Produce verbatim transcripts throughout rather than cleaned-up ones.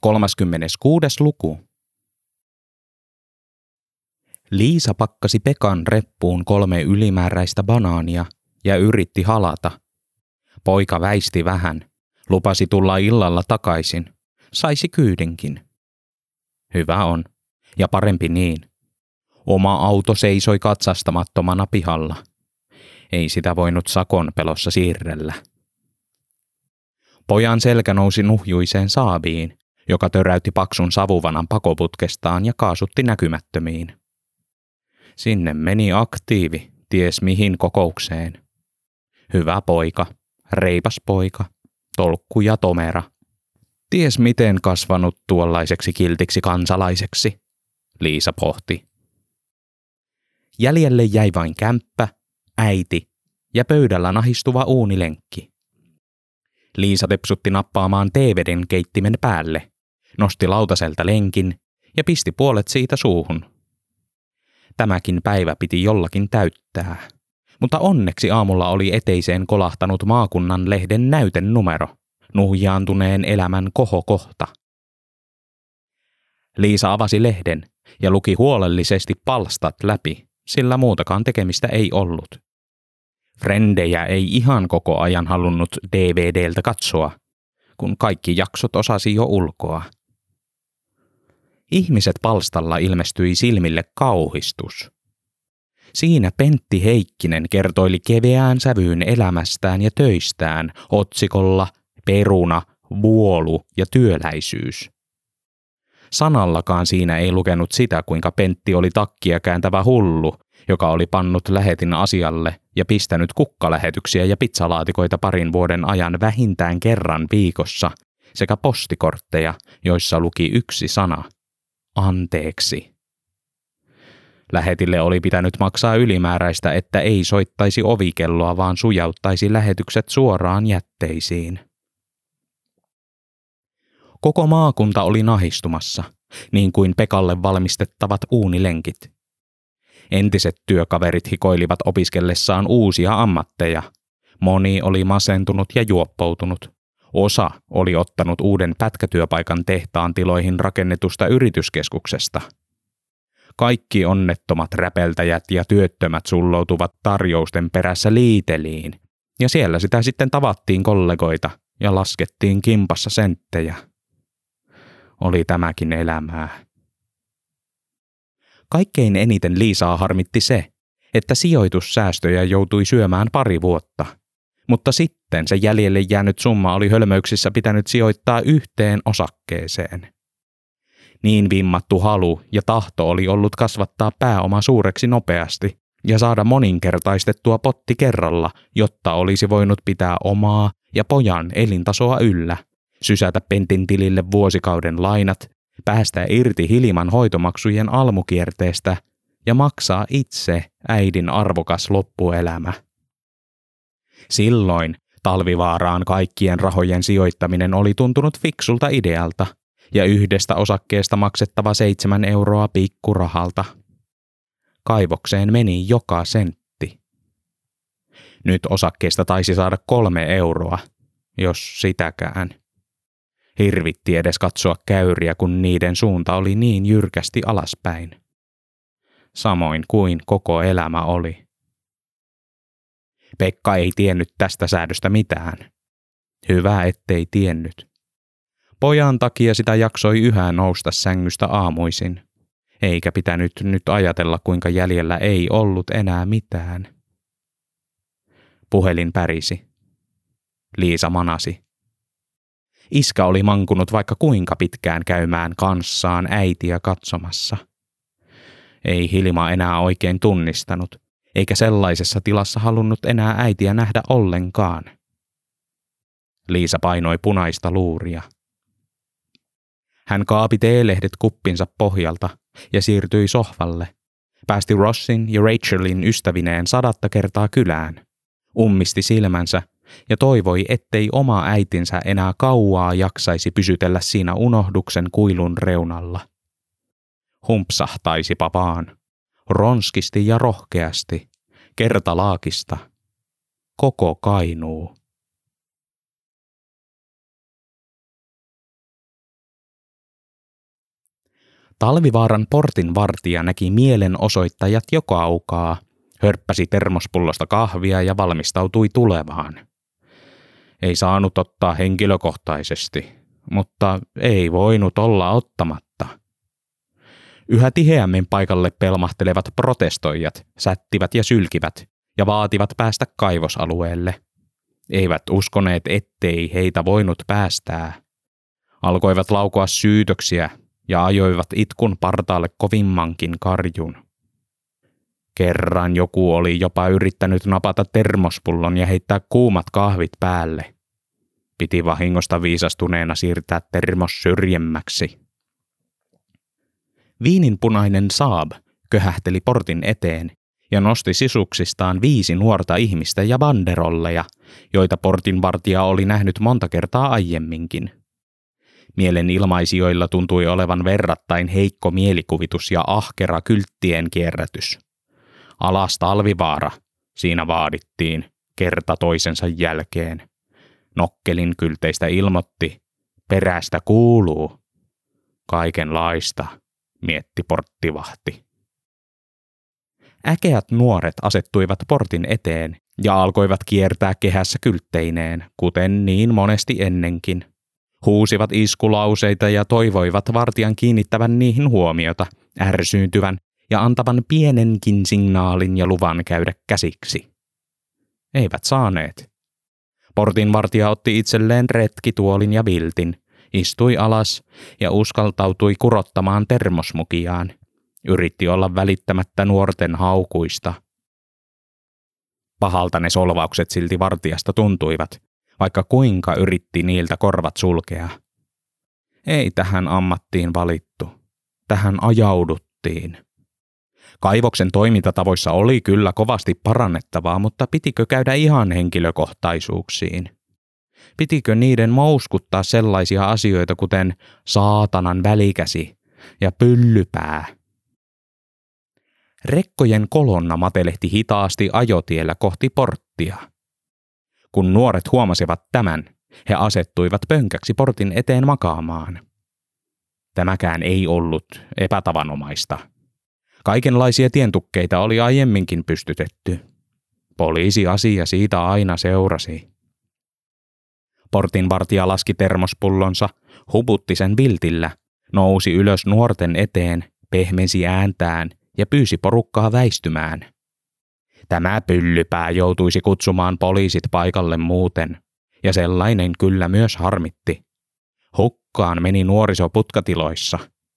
kolmaskymmeneskuudes luku. Liisa pakkasi Pekan reppuun kolme ylimääräistä banaania ja yritti halata. Poika väisti vähän, lupasi tulla illalla takaisin, saisi kyydinkin. Hyvä on, ja parempi niin. Oma auto seisoi katsastamattomana pihalla. Ei sitä voinut sakon pelossa siirrellä. Pojan selkä nousi nuhjuiseen Saabiin, joka töräytti paksun savuvanan pakoputkestaan ja kaasutti näkymättömiin. Sinne meni aktiivi, ties mihin kokoukseen. Hyvä poika, reipas poika, tolkku ja tomera. Ties miten kasvanut tuollaiseksi kiltiksi kansalaiseksi, Liisa pohti. Jäljelle jäi vain kämppä, äiti ja pöydällä nahistuva uunilenkki. Liisa tepsutti nappaamaan teeveden keittimen päälle, nosti lautaselta lenkin ja pisti puolet siitä suuhun. Tämäkin päivä piti jollakin täyttää, mutta onneksi aamulla oli eteiseen kolahtanut maakunnan lehden näytenumero, nuhjaantuneen elämän kohokohta. Liisa avasi lehden ja luki huolellisesti palstat läpi, sillä muutakaan tekemistä ei ollut. Frendejä ei ihan koko ajan halunnut D V D:ltä katsoa, kun kaikki jaksot osasi jo ulkoa. Ihmiset palstalla ilmestyi silmille kauhistus. Siinä Pentti Heikkinen kertoili keveään sävyyn elämästään ja töistään otsikolla peruna, vuolu ja työläisyys. Sanallakaan siinä ei lukenut sitä, kuinka Pentti oli takkia kääntävä hullu, joka oli pannut lähetin asialle ja pistänyt kukkalähetyksiä ja pizzalaatikoita parin vuoden ajan vähintään kerran viikossa sekä postikortteja, joissa luki yksi sana: anteeksi. Lähetille oli pitänyt maksaa ylimääräistä, että ei soittaisi ovikelloa, vaan sujauttaisi lähetykset suoraan jätteisiin. Koko maakunta oli nahistumassa, niin kuin Pekalle valmistettavat uunilenkit. Entiset työkaverit hikoilivat opiskellessaan uusia ammatteja. Moni oli masentunut ja juoppoutunut. Osa oli ottanut uuden pätkätyöpaikan tehtaan tiloihin rakennetusta yrityskeskuksesta. Kaikki onnettomat räpeltäjät ja työttömät sulloutuvat tarjousten perässä liiteliin, ja siellä sitä sitten tavattiin kollegoita ja laskettiin kimpassa senttejä. Oli tämäkin elämää. Kaikkein eniten Liisaa harmitti se, että sijoitussäästöjä joutui syömään pari vuotta, mutta sitten se jäljelle jäänyt summa oli hölmöyksissä pitänyt sijoittaa yhteen osakkeeseen. Niin vimmattu halu ja tahto oli ollut kasvattaa pääoma suureksi nopeasti ja saada moninkertaistettua potti kerralla, jotta olisi voinut pitää omaa ja pojan elintasoa yllä, sysätä Pentin tilille vuosikauden lainat, päästä irti Hiliman hoitomaksujen almukierteestä ja maksaa itse äidin arvokas loppuelämä. Silloin Talvivaaraan kaikkien rahojen sijoittaminen oli tuntunut fiksulta idealta ja yhdestä osakkeesta maksettava seitsemän euroa pikkurahalta. Kaivokseen meni joka sentti. Nyt osakkeesta taisi saada kolme euroa, jos sitäkään. Hirvitti edes katsoa käyriä, kun niiden suunta oli niin jyrkästi alaspäin. Samoin kuin koko elämä oli. Pekka ei tiennyt tästä säädöstä mitään. Hyvä, ettei tiennyt. Pojan takia sitä jaksoi yhä nousta sängystä aamuisin, eikä pitänyt nyt ajatella, kuinka jäljellä ei ollut enää mitään. Puhelin pärisi. Liisa manasi. Iskä oli mankunut vaikka kuinka pitkään käymään kanssaan äitiä katsomassa. Ei Hilma enää oikein tunnistanut, eikä sellaisessa tilassa halunnut enää äitiä nähdä ollenkaan. Liisa painoi punaista luuria. Hän kaapi teelehdet kuppinsa pohjalta ja siirtyi sohvalle. Päästi Rossin ja Rachelin ystävineen sadatta kertaa kylään. Ummisti silmänsä ja toivoi, ettei oma äitinsä enää kauaa jaksaisi pysytellä siinä unohduksen kuilun reunalla. Humpsahtaisipa vaan, ronskisti ja rohkeasti, kertalaakista, koko Kainuu. Talvivaaran portinvartija näki mielenosoittajat jo kaukaa, hörppäsi termospullosta kahvia ja valmistautui tulevaan. Ei saanut ottaa henkilökohtaisesti, mutta ei voinut olla ottamatta. Yhä tiheämmin paikalle pelmahtelevat protestoijat sättivät ja sylkivät ja vaativat päästä kaivosalueelle. Eivät uskoneet, ettei heitä voinut päästää. Alkoivat laukoa syytöksiä ja ajoivat itkun partaalle kovimmankin karjun. Kerran joku oli jopa yrittänyt napata termospullon ja heittää kuumat kahvit päälle. Piti vahingosta viisastuneena siirtää termos syrjemmäksi. Viininpunainen Saab köhähteli portin eteen ja nosti sisuksistaan viisi nuorta ihmistä ja banderolleja, joita portinvartija oli nähnyt monta kertaa aiemminkin. Mielenilmaisijoilla tuntui olevan verrattain heikko mielikuvitus ja ahkera kylttien kierrätys. Alas Talvivaara, siinä vaadittiin, kerta toisensa jälkeen. Nokkelin kylteistä ilmoitti, perästä kuuluu. Kaikenlaista, mietti porttivahti. Äkeät nuoret asettuivat portin eteen ja alkoivat kiertää kehässä kyltteineen, kuten niin monesti ennenkin. Huusivat iskulauseita ja toivoivat vartijan kiinnittävän niihin huomiota, ärsyyntyvän ja antavan pienenkin signaalin ja luvan käydä käsiksi. Eivät saaneet. Portinvartija otti itselleen retkituolin ja viltin, istui alas ja uskaltautui kurottamaan termosmukiaan. Yritti olla välittämättä nuorten haukuista. Pahalta ne solvaukset silti vartijasta tuntuivat, vaikka kuinka yritti niiltä korvat sulkea. Ei tähän ammattiin valittu. Tähän ajauduttiin. Kaivoksen toimintatavoissa oli kyllä kovasti parannettavaa, mutta pitikö käydä ihan henkilökohtaisuuksiin? Pitikö niiden mouskuttaa sellaisia asioita kuten saatanan välikäsi ja pyllypää? Rekkojen kolonna matelehti hitaasti ajotiellä kohti porttia. Kun nuoret huomasivat tämän, he asettuivat pönkäksi portin eteen makaamaan. Tämäkään ei ollut epätavanomaista. Kaikenlaisia tientukkeita oli aiemminkin pystytetty. Poliisiasia siitä aina seurasi. Portinvartija laski termospullonsa, huputti sen viltillä, nousi ylös nuorten eteen, pehmensi ääntään ja pyysi porukkaa väistymään. Tämä pyllypää joutuisi kutsumaan poliisit paikalle muuten, ja sellainen kyllä myös harmitti. Hukkaan meni nuoriso putkatiloissa.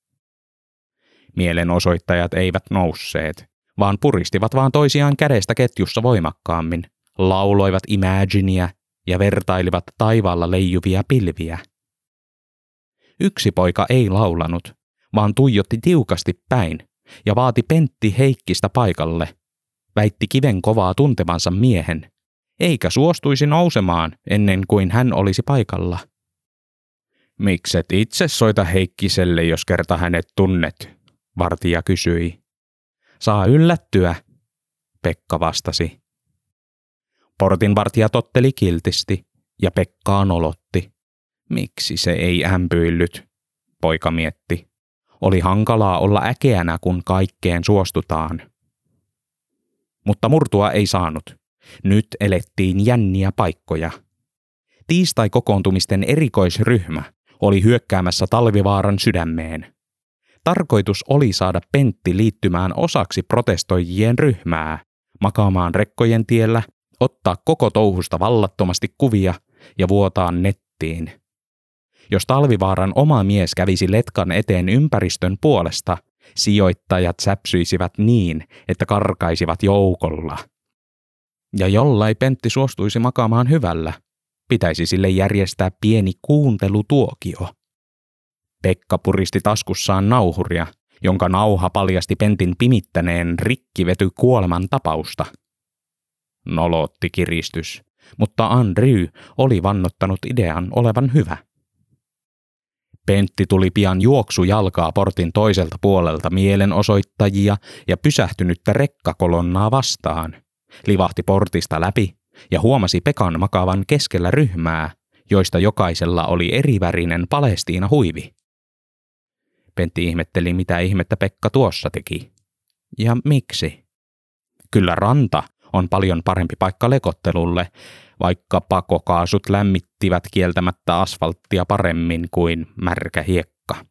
Mielenosoittajat eivät nousseet, vaan puristivat vaan toisiaan kädestä ketjussa voimakkaammin, lauloivat Imaginea ja vertailivat taivaalla leijuvia pilviä. Yksi poika ei laulanut, vaan tuijotti tiukasti päin ja vaati Pentti Heikkistä paikalle. Väitti kiven kovaa tuntevansa miehen, eikä suostuisi nousemaan ennen kuin hän olisi paikalla. Mikset itse soita Heikkiselle, jos kerta hänet tunnet, vartija kysyi. Saa yllättyä, Pekka vastasi. Portinvartija totteli kiltisti ja Pekkaa nolotti. Miksi se ei ämpyillyt, poika mietti. Oli hankalaa olla äkeänä, kun kaikkeen suostutaan. Mutta murtua ei saanut. Nyt elettiin jänniä paikkoja. Tiistai-kokoontumisten erikoisryhmä oli hyökkäämässä Talvivaaran sydämeen. Tarkoitus oli saada Pentti liittymään osaksi protestoijien ryhmää, makaamaan rekkojen tiellä, ottaa koko touhusta vallattomasti kuvia ja vuotaa nettiin. Jos Talvivaaran oma mies kävisi letkan eteen ympäristön puolesta, sijoittajat säpsyisivät niin, että karkaisivat joukolla. Ja jollai Pentti suostuisi makaamaan hyvällä, pitäisi sille järjestää pieni kuuntelutuokio. Pekka puristi taskussaan nauhuria, jonka nauha paljasti Pentin pimittäneen rikkivety kuoleman tapausta. Nolotti kiristys, mutta Andrew oli vannottanut idean olevan hyvä. Pentti tuli pian juoksujalkaa portin toiselta puolelta mielenosoittajia ja pysähtynyttä rekkakolonnaa vastaan. Livahti portista läpi ja huomasi Pekan makaavan keskellä ryhmää, joista jokaisella oli erivärinen Palestiina-huivi. Pentti ihmetteli, mitä ihmettä Pekka tuossa teki. Ja miksi? Kyllä ranta on paljon parempi paikka lekottelulle, vaikka pakokaasut lämmittivät kieltämättä asfalttia paremmin kuin märkä hiekka.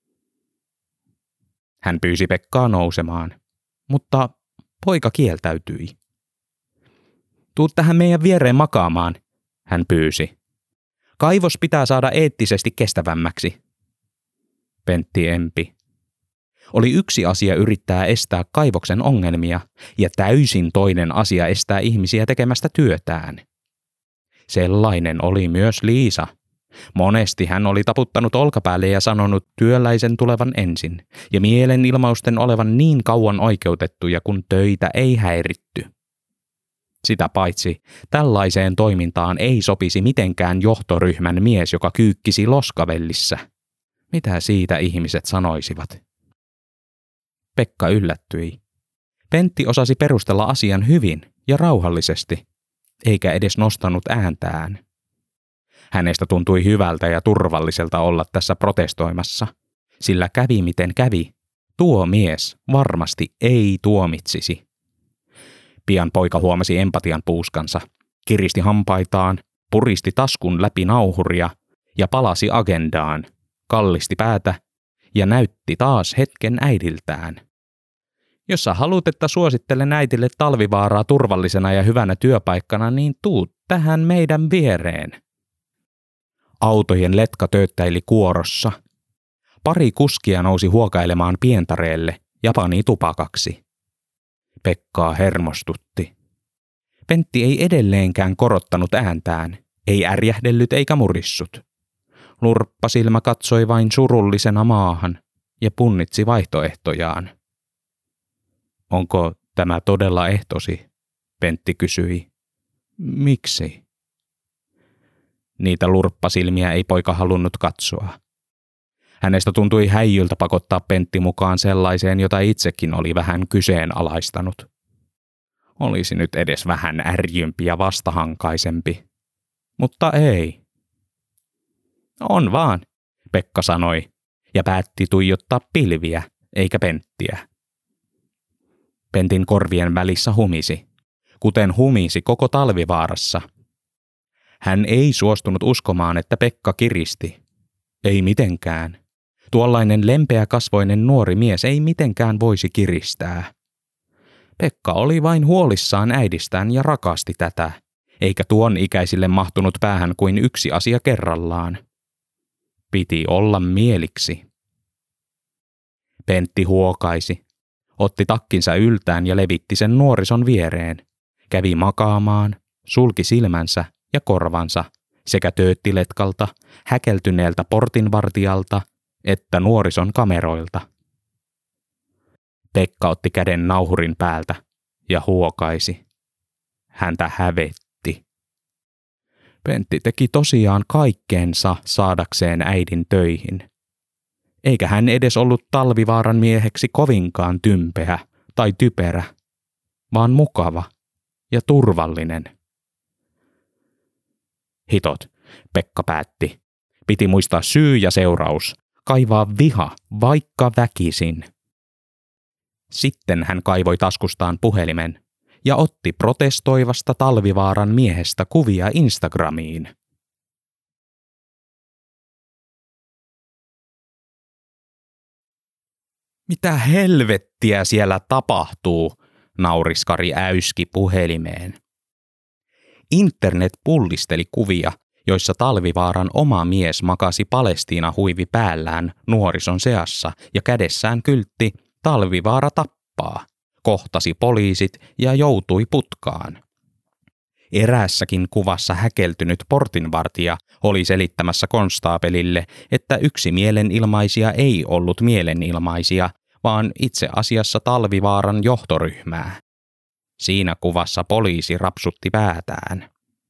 Hän pyysi Pekkaa nousemaan, mutta poika kieltäytyi. Tuu tähän meidän viereen makaamaan, hän pyysi. Kaivos pitää saada eettisesti kestävämmäksi. Pentti empi. Oli yksi asia yrittää estää kaivoksen ongelmia ja täysin toinen asia estää ihmisiä tekemästä työtään. Sellainen oli myös Liisa. Monesti hän oli taputtanut olkapäälle ja sanonut työläisen tulevan ensin ja mielenilmausten olevan niin kauan oikeutettuja, kun töitä ei häiritty. Sitä paitsi tällaiseen toimintaan ei sopisi mitenkään johtoryhmän mies, joka kyykkisi loskavellissä. Mitä siitä ihmiset sanoisivat? Pekka yllättyi. Pentti osasi perustella asian hyvin ja rauhallisesti, eikä edes nostanut ääntään. Hänestä tuntui hyvältä ja turvalliselta olla tässä protestoimassa, sillä kävi miten kävi, tuo mies varmasti ei tuomitsisi. Pian poika huomasi empatian puuskansa, kiristi hampaitaan, puristi taskun läpi nauhuria ja palasi agendaan, kallisti päätä ja näytti taas hetken äidiltään. Jos sä haluat, että suosittelen äitille Talvivaaraa turvallisena ja hyvänä työpaikkana, niin tuu tähän meidän viereen. Autojen letka tööttäili kuorossa. Pari kuskia nousi huokailemaan pientareelle ja pani tupakaksi. Pekkaa hermostutti. Pentti ei edelleenkään korottanut ääntään, ei ärjähdellyt eikä murissut. Lurppasilmä katsoi vain surullisena maahan ja punnitsi vaihtoehtojaan. Onko tämä todella ehtosi? Pentti kysyi. Miksi? Niitä lurppasilmiä ei poika halunnut katsoa. Hänestä tuntui häijyltä pakottaa Pentti mukaan sellaiseen, jota itsekin oli vähän kyseenalaistanut. Olisi nyt edes vähän ärjympi ja vastahankaisempi. Mutta ei. On vaan, Pekka sanoi, ja päätti tuijottaa pilviä, eikä Penttiä. Pentin korvien välissä humisi, kuten humisi koko Talvivaarassa. Hän ei suostunut uskomaan, että Pekka kiristi. Ei mitenkään. Tuollainen lempeäkasvoinen nuori mies ei mitenkään voisi kiristää. Pekka oli vain huolissaan äidistään ja rakasti tätä, eikä tuon ikäisille mahtunut päähän kuin yksi asia kerrallaan. Piti olla mieliksi. Pentti huokaisi, otti takkinsa yltään ja levitti sen nuorison viereen, kävi makaamaan, sulki silmänsä ja korvansa sekä tööttiletkalta, häkeltyneeltä portinvartijalta että nuorison kameroilta. Pekka otti käden nauhurin päältä ja huokaisi. Häntä hävetti. Pentti teki tosiaan kaikkeensa saadakseen äidin töihin. Eikä hän edes ollut Talvivaaran mieheksi kovinkaan tympeä tai typerä, vaan mukava ja turvallinen. Hitot, Pekka päätti. Piti muistaa syy ja seuraus, kaivaa viha vaikka väkisin. Sitten hän kaivoi taskustaan puhelimen ja otti protestoivasta Talvivaaran miehestä kuvia Instagramiin. Mitä helvettiä siellä tapahtuu, nauriskari äyski puhelimeen. Internet pullisteli kuvia, joissa Talvivaaran oma mies makasi Palestiina-huivi päällään nuorison seassa ja kädessään kyltti Talvivaara tappaa, kohtasi poliisit ja joutui putkaan. Eräässäkin kuvassa häkeltynyt portinvartija oli selittämässä konstaapelille, että yksi mielenilmaisia ei ollut mielenilmaisia, vaan itse asiassa Talvivaaran johtoryhmää. Siinä kuvassa poliisi rapsutti päätään.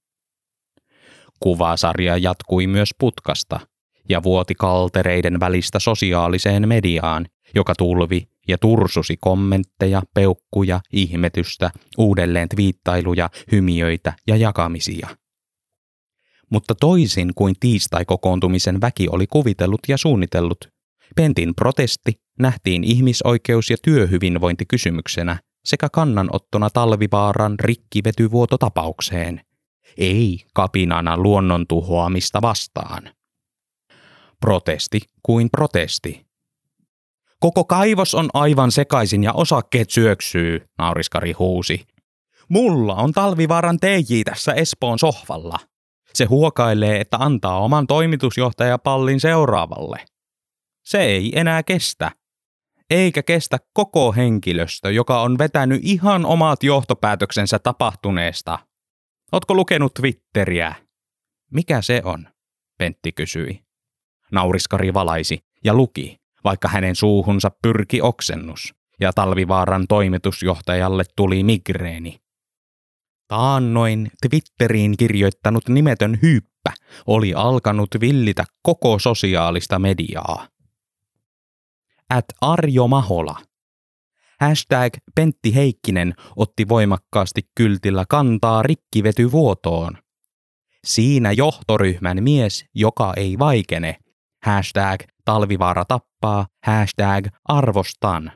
Kuvasarja jatkui myös putkasta ja vuoti kaltereiden välistä sosiaaliseen mediaan, joka tulvi ja tursusi kommentteja, peukkuja, ihmetystä, uudelleen twiittailuja, hymiöitä ja jakamisia. Mutta toisin kuin tiistai-kokoontumisen väki oli kuvitellut ja suunnitellut, Pentin protesti nähtiin ihmisoikeus- ja työhyvinvointikysymyksenä sekä kannanottona Talvivaaran rikkivetyvuototapaukseen, ei kapinana luonnon tuhoamista vastaan. Protesti kuin protesti. Koko kaivos on aivan sekaisin ja osakkeet syöksyy, nauriskari huusi. Mulla on Talvivaaran T J tässä Espoon sohvalla. Se huokailee, että antaa oman toimitusjohtajapallin seuraavalle. Se ei enää kestä. Eikä kestä koko henkilöstö, joka on vetänyt ihan omat johtopäätöksensä tapahtuneesta. Ootko lukenut Twitteriä? Mikä se on? Pentti kysyi. Nauriskari valaisi ja luki, vaikka hänen suuhunsa pyrki oksennus, ja Talvivaaran toimitusjohtajalle tuli migreeni. Taannoin Twitteriin kirjoittanut nimetön hyyppä oli alkanut villitä koko sosiaalista mediaa. At Arjo Mahola. Hashtag Pentti Heikkinen otti voimakkaasti kyltillä kantaa rikkivetyvuotoon. Siinä johtoryhmän mies, joka ei vaikene. Hashtag Talvivaara tappaa. Hashtag arvostan.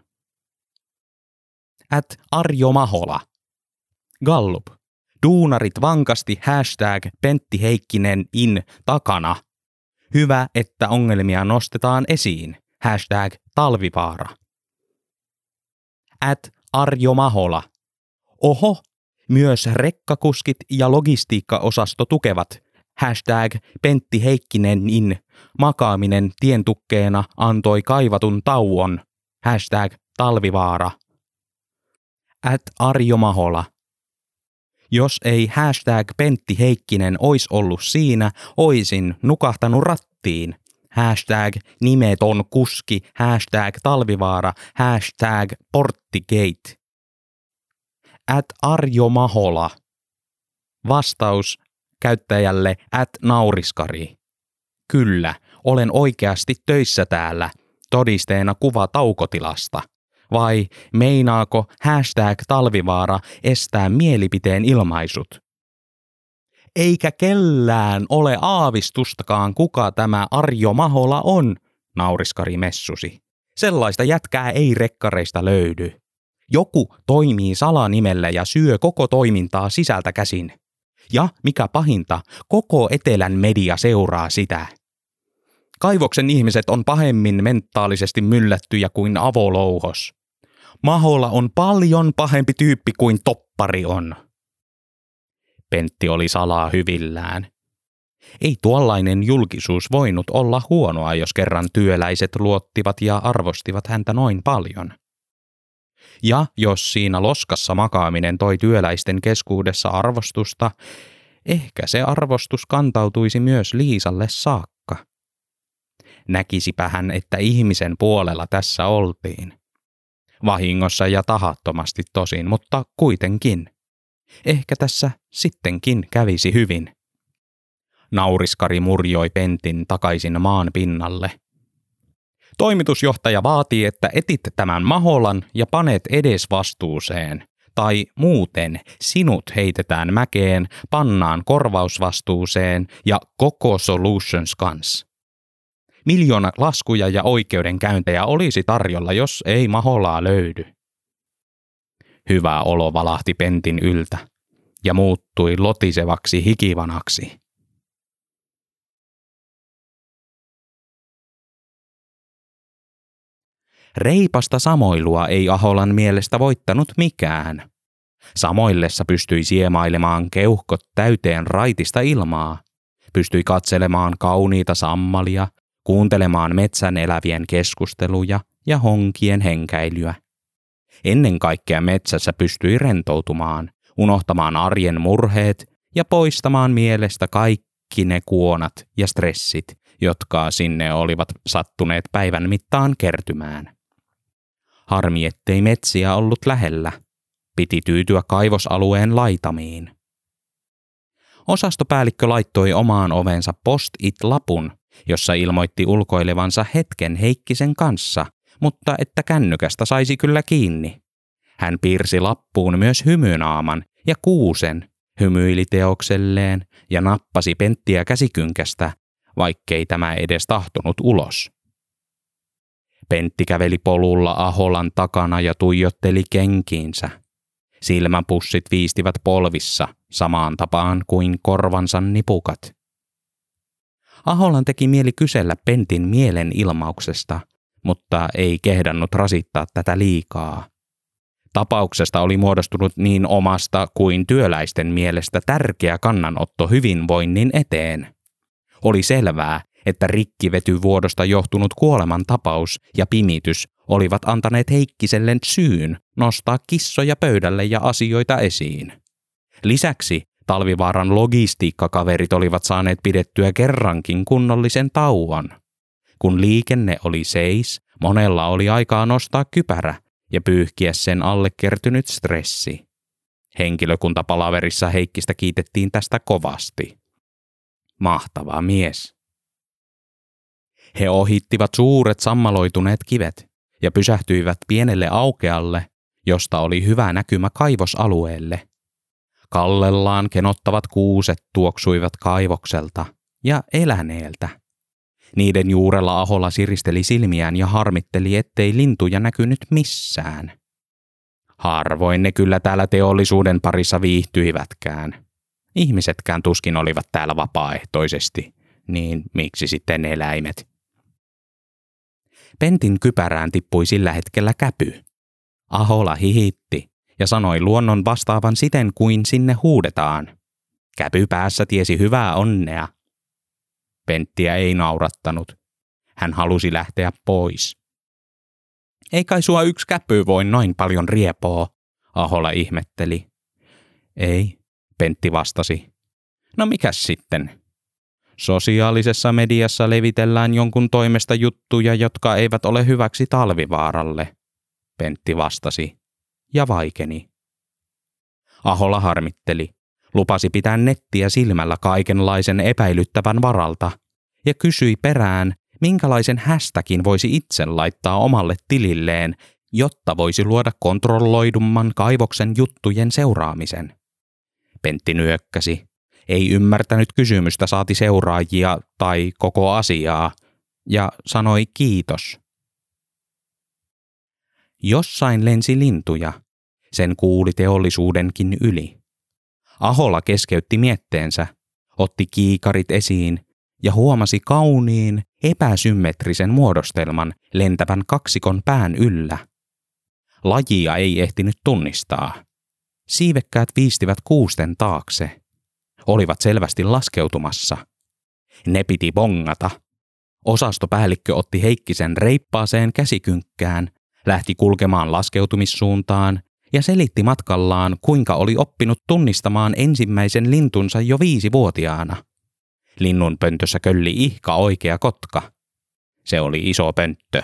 At Arjo Mahola. Gallup. Duunarit vankasti hashtag Pentti Heikkinen in takana. Hyvä, että ongelmia nostetaan esiin. Hashtag Talvivaara. At Arjo Mahola. Oho, myös rekkakuskit ja logistiikkaosasto tukevat. Hashtag Pentti Heikkinen in makaaminen tientukkeena antoi kaivatun tauon. Hashtag Talvivaara. At Arjo Mahola. Jos ei hashtag Pentti Heikkinen ois ollut siinä, oisin nukahtanut rattiin. Hashtag nimeton kuski, hashtag Talvivaara, hashtag Porttigate. At Arjo Mahola. Vastaus käyttäjälle at nauriskari. Kyllä, olen oikeasti töissä täällä, todisteena kuva taukotilasta. Vai meinaako hashtag Talvivaara estää mielipiteen ilmaisut? Eikä kellään ole aavistustakaan, kuka tämä Arjo Mahola on, nauriskari messusi. Sellaista jätkää ei rekkareista löydy. Joku toimii salanimellä ja syö koko toimintaa sisältä käsin. Ja, mikä pahinta, koko etelän media seuraa sitä. Kaivoksen ihmiset on pahemmin mentaalisesti myllättyjä kuin avolouhos. Mahola on paljon pahempi tyyppi kuin toppari on. Pentti oli salaa hyvillään. Ei tuollainen julkisuus voinut olla huonoa, jos kerran työläiset luottivat ja arvostivat häntä noin paljon. Ja jos siinä loskassa makaaminen toi työläisten keskuudessa arvostusta, ehkä se arvostus kantautuisi myös Liisalle saakka. Näkisipä hän, että ihmisen puolella tässä oltiin. Vahingossa ja tahattomasti tosin, mutta kuitenkin. Ehkä tässä sittenkin kävisi hyvin. Nauriskari murjoi Pentin takaisin maan pinnalle. Toimitusjohtaja vaatii, että etit tämän Maholan ja panet edes vastuuseen. Tai muuten sinut heitetään mäkeen, pannaan korvausvastuuseen ja koko Solutions kanssa. Miljoona laskuja ja oikeudenkäyntejä olisi tarjolla, jos ei Maholaa löydy. Hyvä olo valahti Pentin yltä ja muuttui lotisevaksi hikivanaksi. Reipasta samoilua ei Aholan mielestä voittanut mikään. Samoillessa pystyi siemailemaan keuhkot täyteen raitista ilmaa, pystyi katselemaan kauniita sammalia, kuuntelemaan metsän elävien keskusteluja ja honkien henkäilyä. Ennen kaikkea metsässä pystyi rentoutumaan, unohtamaan arjen murheet ja poistamaan mielestä kaikki ne kuonat ja stressit, jotka sinne olivat sattuneet päivän mittaan kertymään. Harmi, ettei metsiä ollut lähellä. Piti tyytyä kaivosalueen laitamiin. Osastopäällikkö laittoi omaan ovensa post-it-lapun, jossa ilmoitti ulkoilevansa hetken Heikkisen kanssa, mutta että kännykästä saisi kyllä kiinni. Hän piirsi lappuun myös hymynaaman ja kuusen, hymyili teokselleen ja nappasi Penttiä käsikynkästä, vaikkei tämä edes tahtonut ulos. Pentti käveli polulla Aholan takana ja tuijotteli kenkiinsä. Silmäpussit viistivät polvissa samaan tapaan kuin korvansa nipukat. Aholan teki mieli kysellä Pentin mielen ilmauksesta, mutta ei kehdannut rasittaa tätä liikaa. Tapauksesta oli muodostunut niin omasta kuin työläisten mielestä tärkeä kannanotto hyvinvoinnin eteen. Oli selvää, että rikkivetyvuodosta johtunut kuolemantapaus ja pimitys olivat antaneet Heikkiselle syyn nostaa kissoja pöydälle ja asioita esiin. Lisäksi Talvivaaran logistiikkakaverit olivat saaneet pidettyä kerrankin kunnollisen tauon. Kun liikenne oli seis, monella oli aikaa nostaa kypärä ja pyyhkiä sen alle kertynyt stressi. Henkilökuntapalaverissa Heikkistä kiitettiin tästä kovasti. Mahtava mies. He ohittivat suuret sammaloituneet kivet ja pysähtyivät pienelle aukealle, josta oli hyvä näkymä kaivosalueelle. Kallellaan kenottavat kuuset tuoksuivat kaivokselta ja eläneeltä. Niiden juurella Ahola siristeli silmiään ja harmitteli, ettei lintuja näkynyt missään. Harvoin ne kyllä täällä teollisuuden parissa viihtyivätkään. Ihmisetkään tuskin olivat täällä vapaaehtoisesti, niin miksi sitten eläimet? Pentin kypärään tippui sillä hetkellä käpy. Ahola hihitti ja sanoi luonnon vastaavan siten kuin sinne huudetaan. Käpy päässä tiesi hyvää onnea. Penttiä ei naurattanut. Hän halusi lähteä pois. Ei kai sua yksi käpy voi noin paljon riepoo, Ahola ihmetteli. Ei, Pentti vastasi. No mikäs sitten? Sosiaalisessa mediassa levitellään jonkun toimesta juttuja, jotka eivät ole hyväksi Talvivaaralle, Pentti vastasi ja vaikeni. Ahola harmitteli, lupasi pitää nettiä silmällä kaikenlaisen epäilyttävän varalta ja kysyi perään, minkälaisen hashtagin voisi itse laittaa omalle tililleen, jotta voisi luoda kontrolloidumman kaivoksen juttujen seuraamisen. Pentti nyökkäsi. Ei ymmärtänyt kysymystä saati seuraajia tai koko asiaa ja sanoi kiitos. Jossain lensi lintuja. Sen kuuli teollisuudenkin yli. Ahola keskeytti mietteensä, otti kiikarit esiin ja huomasi kauniin, epäsymmetrisen muodostelman lentävän kaksikon pään yllä. Lajia ei ehtinyt tunnistaa. Siivekkäät viistivät kuusten taakse. Olivat selvästi laskeutumassa. Ne piti bongata. Osastopäällikkö otti Heikkisen reippaaseen käsikynkkään, lähti kulkemaan laskeutumissuuntaan ja selitti matkallaan, kuinka oli oppinut tunnistamaan ensimmäisen lintunsa jo viisivuotiaana. Linnun pöntössä kölli ihka oikea kotka. Se oli iso pönttö.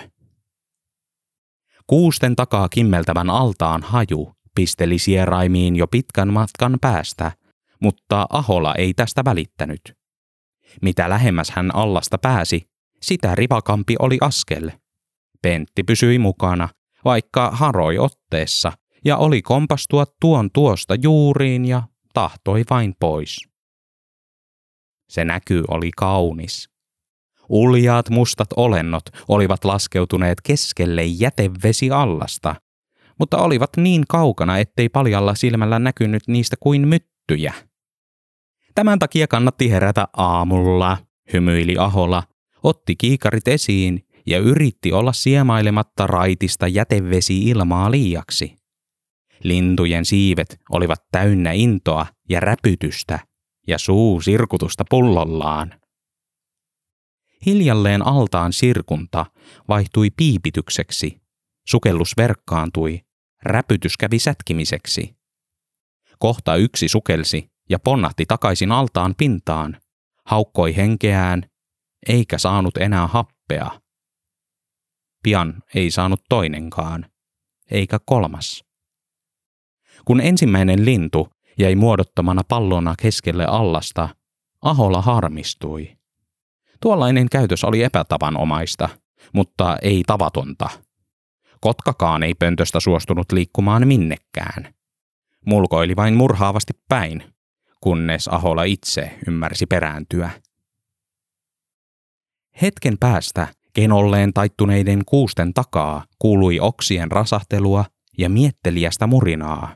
Kuusten takaa kimmeltävän altaan haju pisteli sieraimiin jo pitkän matkan päästä, mutta Ahola ei tästä välittänyt. Mitä lähemmäs hän allasta pääsi, sitä rivakampi oli askel. Pentti pysyi mukana, vaikka haroi otteessa, ja oli kompastua tuon tuosta juuriin ja tahtoi vain pois. Se näky oli kaunis. Uljaat mustat olennot olivat laskeutuneet keskelle jätevesiallasta, mutta olivat niin kaukana, ettei paljalla silmällä näkynyt niistä kuin myttyjä. Tämän takia kannatti herätä aamulla, hymyili Ahola, otti kiikarit esiin ja yritti olla siemailematta raitista jätevesi-ilmaa liiaksi. Lintujen siivet olivat täynnä intoa ja räpytystä ja suu sirkutusta pullollaan. Hiljalleen altaan sirkunta vaihtui piipitykseksi, sukellus verkkaantui, räpytys kävi sätkimiseksi. Kohta yksi sukelsi ja ponnahti takaisin altaan pintaan, haukkoi henkeään, eikä saanut enää happea. Pian ei saanut toinenkaan, eikä kolmas. Kun ensimmäinen lintu jäi muodottomana pallona keskelle allasta, Ahola harmistui. Tuollainen käytös oli epätavanomaista, mutta ei tavatonta. Kotkakaan ei pöntöstä suostunut liikkumaan minnekään. Mulkoili vain murhaavasti päin, kunnes Ahola itse ymmärsi perääntyä. Hetken päästä Kenolleen taittuneiden kuusten takaa kuului oksien rasahtelua ja mietteliästä murinaa.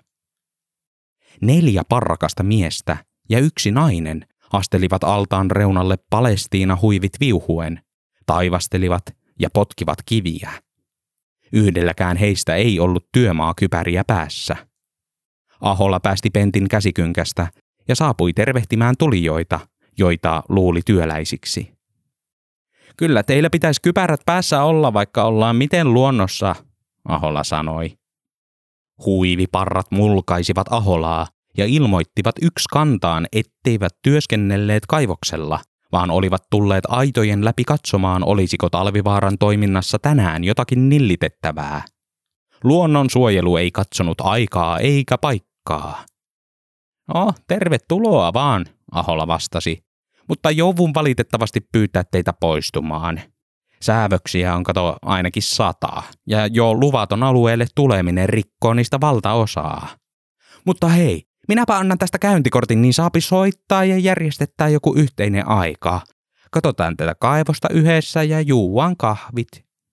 Neljä parrakasta miestä ja yksi nainen astelivat altaan reunalle Palestiina huivit viuhuen, taivastelivat ja potkivat kiviä. Yhdelläkään heistä ei ollut työmaakypäriä päässä. Ahola päästi Pentin käsikynkästä ja saapui tervehtimään tulijoita, joita luuli työläisiksi. Kyllä teillä pitäisi kypärät päässä olla, vaikka ollaan miten luonnossa, Ahola sanoi. Huiviparrat mulkaisivat Aholaa ja ilmoittivat yksi kantaan, etteivät työskennelleet kaivoksella, vaan olivat tulleet aitojen läpi katsomaan, olisiko Talvivaaran toiminnassa tänään jotakin nillitettävää. Luonnonsuojelu ei katsonut aikaa eikä paikkaa. No, tervetuloa vaan, Ahola vastasi, mutta joudun valitettavasti pyytää teitä poistumaan. Säävöksiä on kato ainakin sataa, ja jo luvaton alueelle tuleminen rikkoo niistä valtaosaa. Mutta hei, minäpä annan tästä käyntikortin, niin saapi soittaa ja järjestetään joku yhteinen aika. Katsotaan tätä kaivosta yhdessä ja juuan kahvit.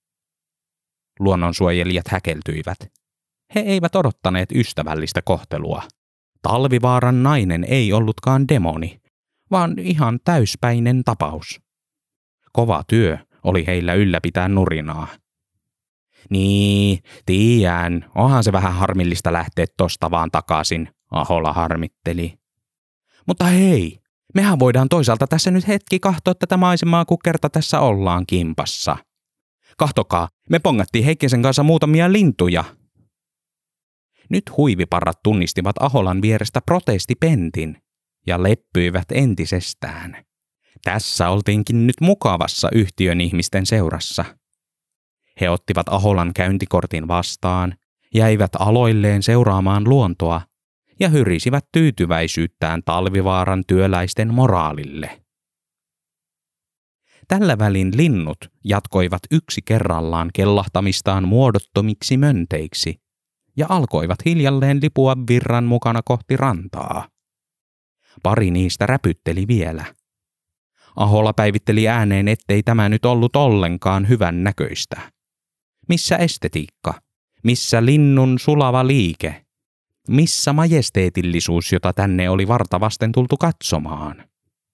Luonnonsuojelijat häkeltyivät. He eivät odottaneet ystävällistä kohtelua. Talvivaaran nainen ei ollutkaan demoni, vaan ihan täyspäinen tapaus. Kova työ oli heillä ylläpitää nurinaa. Niin, tiedän, onhan se vähän harmillista lähteä tosta vaan takaisin, Ahola harmitteli. Mutta hei, mehän voidaan toisaalta tässä nyt hetki kahtoa tätä maisemaa, kun kerta tässä ollaan kimpassa. Kahtokaa, me pongattiin Heikkisen kanssa muutamia lintuja. Nyt huiviparrat tunnistivat Aholan vierestä protestipentin ja leppyivät entisestään. Tässä oltiinkin nyt mukavassa yhtiön ihmisten seurassa. He ottivat Aholan käyntikortin vastaan, jäivät aloilleen seuraamaan luontoa ja hyrisivät tyytyväisyyttään Talvivaaran työläisten moraalille. Tällä välin linnut jatkoivat yksi kerrallaan kellahtamistaan muodottomiksi mönteiksi ja alkoivat hiljalleen lipua virran mukana kohti rantaa. Pari niistä räpytteli vielä. Ahola päivitteli ääneen, ettei tämä nyt ollut ollenkaan hyvän näköistä. Missä estetiikka? Missä linnun sulava liike? Missä majesteetillisuus, jota tänne oli varta vasten tultu katsomaan?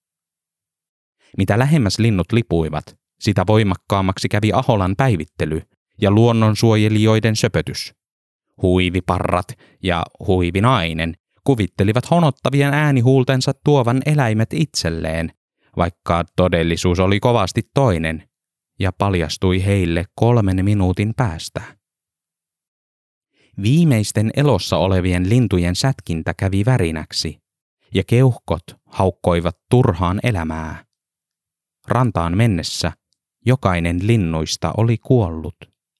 Mitä lähemmäs linnut lipuivat, sitä voimakkaammaksi kävi Aholan päivittely ja luonnonsuojelijoiden söpötys. Huiviparrat ja huivinainen kuvittelivat honottavien äänihuultensa tuovan eläimet itselleen, vaikka todellisuus oli kovasti toinen ja paljastui heille kolmen minuutin päästä. Viimeisten elossa olevien lintujen sätkintä kävi värinäksi ja keuhkot haukkoivat turhaan elämää. Rantaan mennessä jokainen linnuista oli kuollut.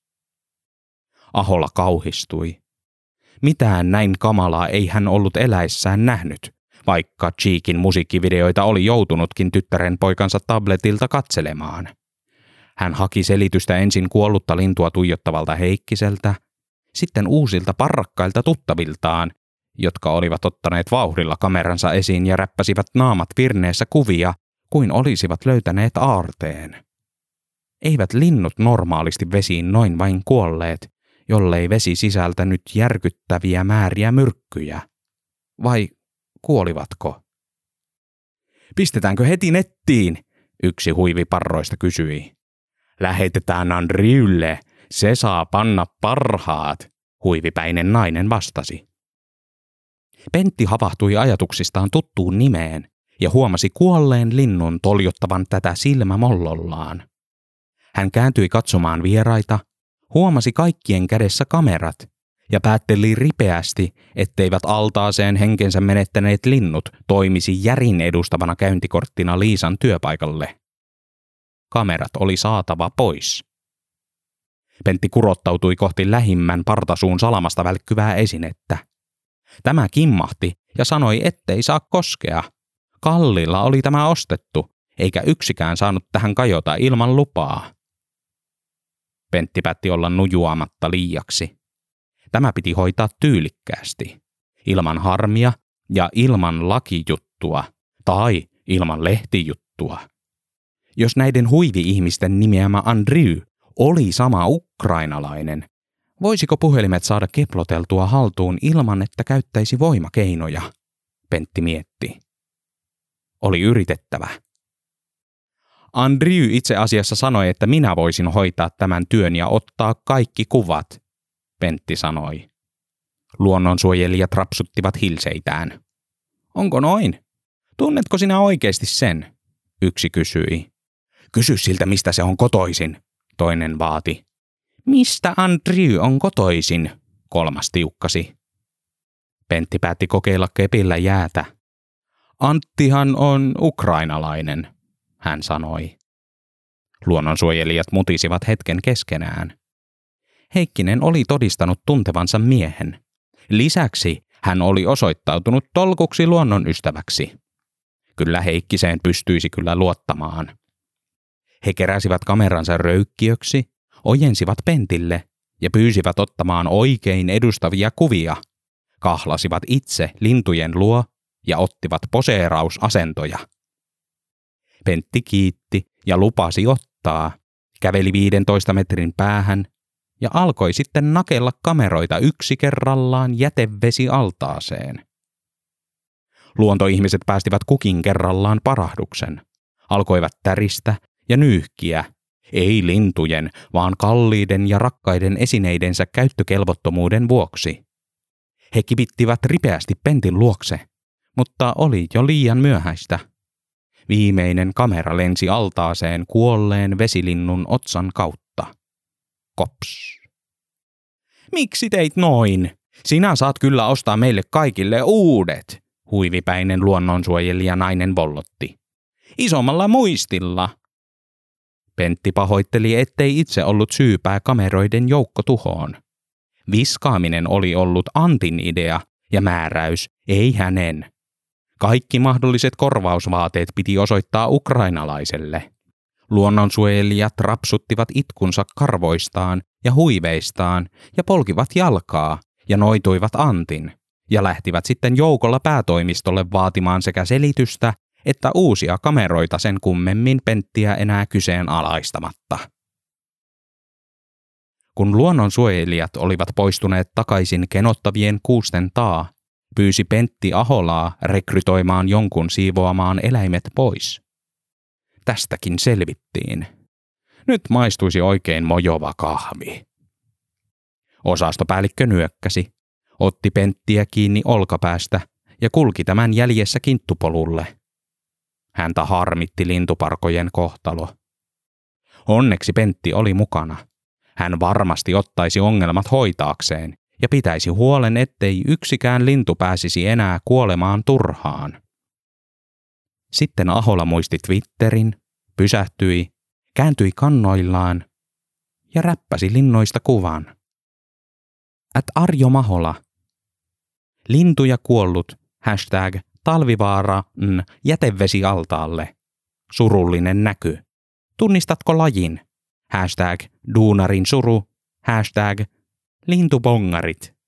Ahola kauhistui. Mitään näin kamalaa ei hän ollut eläessään nähnyt, vaikka Cheekin musiikkivideoita oli joutunutkin tyttären poikansa tabletilta katselemaan. Hän haki selitystä ensin kuollutta lintua tuijottavalta Heikkiseltä, sitten uusilta parrakkailta tuttaviltaan, jotka olivat ottaneet vauhdilla kameransa esiin ja räppäsivät naamat virneessä kuvia, kuin olisivat löytäneet aarteen. Eivät linnut normaalisti vesiin noin vain kuolleet, jollei vesi sisältänyt järkyttäviä määriä myrkkyjä. Vai kuolivatko? Pistetäänkö heti nettiin? Yksi huiviparroista kysyi. Lähetetään Andrewlle, se saa panna parhaat, huivipäinen nainen vastasi. Pentti havahtui ajatuksistaan tuttuun nimeen ja huomasi kuolleen linnun toljottavan tätä silmämollollaan. Hän kääntyi katsomaan vieraita, huomasi kaikkien kädessä kamerat ja päätteli ripeästi, etteivät altaaseen henkensä menettäneet linnut toimisi järin edustavana käyntikorttina Liisan työpaikalle. Kamerat oli saatava pois. Pentti kurottautui kohti lähimmän partasuun salamasta välkkyvää esinettä. Tämä kimmahti ja sanoi, ettei saa koskea. Kallilla oli tämä ostettu, eikä yksikään saanut tähän kajota ilman lupaa. Pentti päätti olla nujuamatta liiaksi. Tämä piti hoitaa tyylikkäästi, ilman harmia ja ilman lakijuttua tai ilman lehtijuttua. Jos näiden huivi-ihmisten nimeämä Andrew oli sama ukrainalainen, voisiko puhelimet saada keploteltua haltuun ilman, että käyttäisi voimakeinoja? Pentti mietti. Oli yritettävä. Andrew itse asiassa sanoi, että minä voisin hoitaa tämän työn ja ottaa kaikki kuvat, Pentti sanoi. Luonnonsuojelijat rapsuttivat hilseitään. Onko noin? Tunnetko sinä oikeasti sen? Yksi kysyi. Kysy siltä, mistä se on kotoisin, toinen vaati. Mistä Andrew on kotoisin? Kolmas tiukkasi. Pentti päätti kokeilla kepillä jäätä. Anttihan on ukrainalainen, hän sanoi. Luonnonsuojelijat mutisivat hetken keskenään. Heikkinen oli todistanut tuntevansa miehen. Lisäksi hän oli osoittautunut tolkuksi luonnonystäväksi. Kyllä Heikkiseen pystyisi kyllä luottamaan. He keräsivät kameransa röykkiöksi, ojensivat Pentille ja pyysivät ottamaan oikein edustavia kuvia. Kahlasivat itse lintujen luo ja ottivat poseerausasentoja. Pentti kiitti ja lupasi ottaa, käveli viidentoista metrin päähän ja alkoi sitten nakella kameroita yksi kerrallaan jätevesialtaaseen. Luontoihmiset päästivät kukin kerrallaan parahduksen. Alkoivat täristä ja nyyhkiä, ei lintujen, vaan kalliiden ja rakkaiden esineidensä käyttökelvottomuuden vuoksi. He kipittivät ripeästi Pentin luokse, mutta oli jo liian myöhäistä. Viimeinen kamera lensi altaaseen kuolleen vesilinnun otsan kautta. Kops. Miksi teit noin? Sinä saat kyllä ostaa meille kaikille uudet, huivipäinen luonnonsuojelija nainen vollotti. Isommalla muistilla. Pentti pahoitteli, ettei itse ollut syypää kameroiden joukkotuhoon. Viskaaminen oli ollut Antin idea ja määräys, ei hänen. Kaikki mahdolliset korvausvaateet piti osoittaa ukrainalaiselle. Luonnonsuojelijat rapsuttivat itkunsa karvoistaan ja huiveistaan ja polkivat jalkaa ja noituivat Antin ja lähtivät sitten joukolla päätoimistolle vaatimaan sekä selitystä että uusia kameroita sen kummemmin Penttiä enää kyseenalaistamatta. Kun luonnonsuojelijat olivat poistuneet takaisin kenottavien kuusten taa, pyysi Pentti Aholaa rekrytoimaan jonkun siivoamaan eläimet pois. Tästäkin selvittiin. Nyt maistuisi oikein mojova kahvi. Osastopäällikkö nyökkäsi, otti Penttiä kiinni olkapäästä ja kulki tämän jäljessä kinttupolulle. Häntä harmitti lintuparkojen kohtalo. Onneksi Pentti oli mukana. Hän varmasti ottaisi ongelmat hoitaakseen ja pitäisi huolen, ettei yksikään lintu pääsisi enää kuolemaan turhaan. Sitten Ahola muisti Twitterin, pysähtyi, kääntyi kannoillaan ja räppäsi linnoista kuvan. At Arjo Mahola. Lintuja kuollut, hashtag talvivaara n jätevesialtaalle. Surullinen näky. Tunnistatko lajin? Hashtag duunarin suru, hashtag lintubongarit.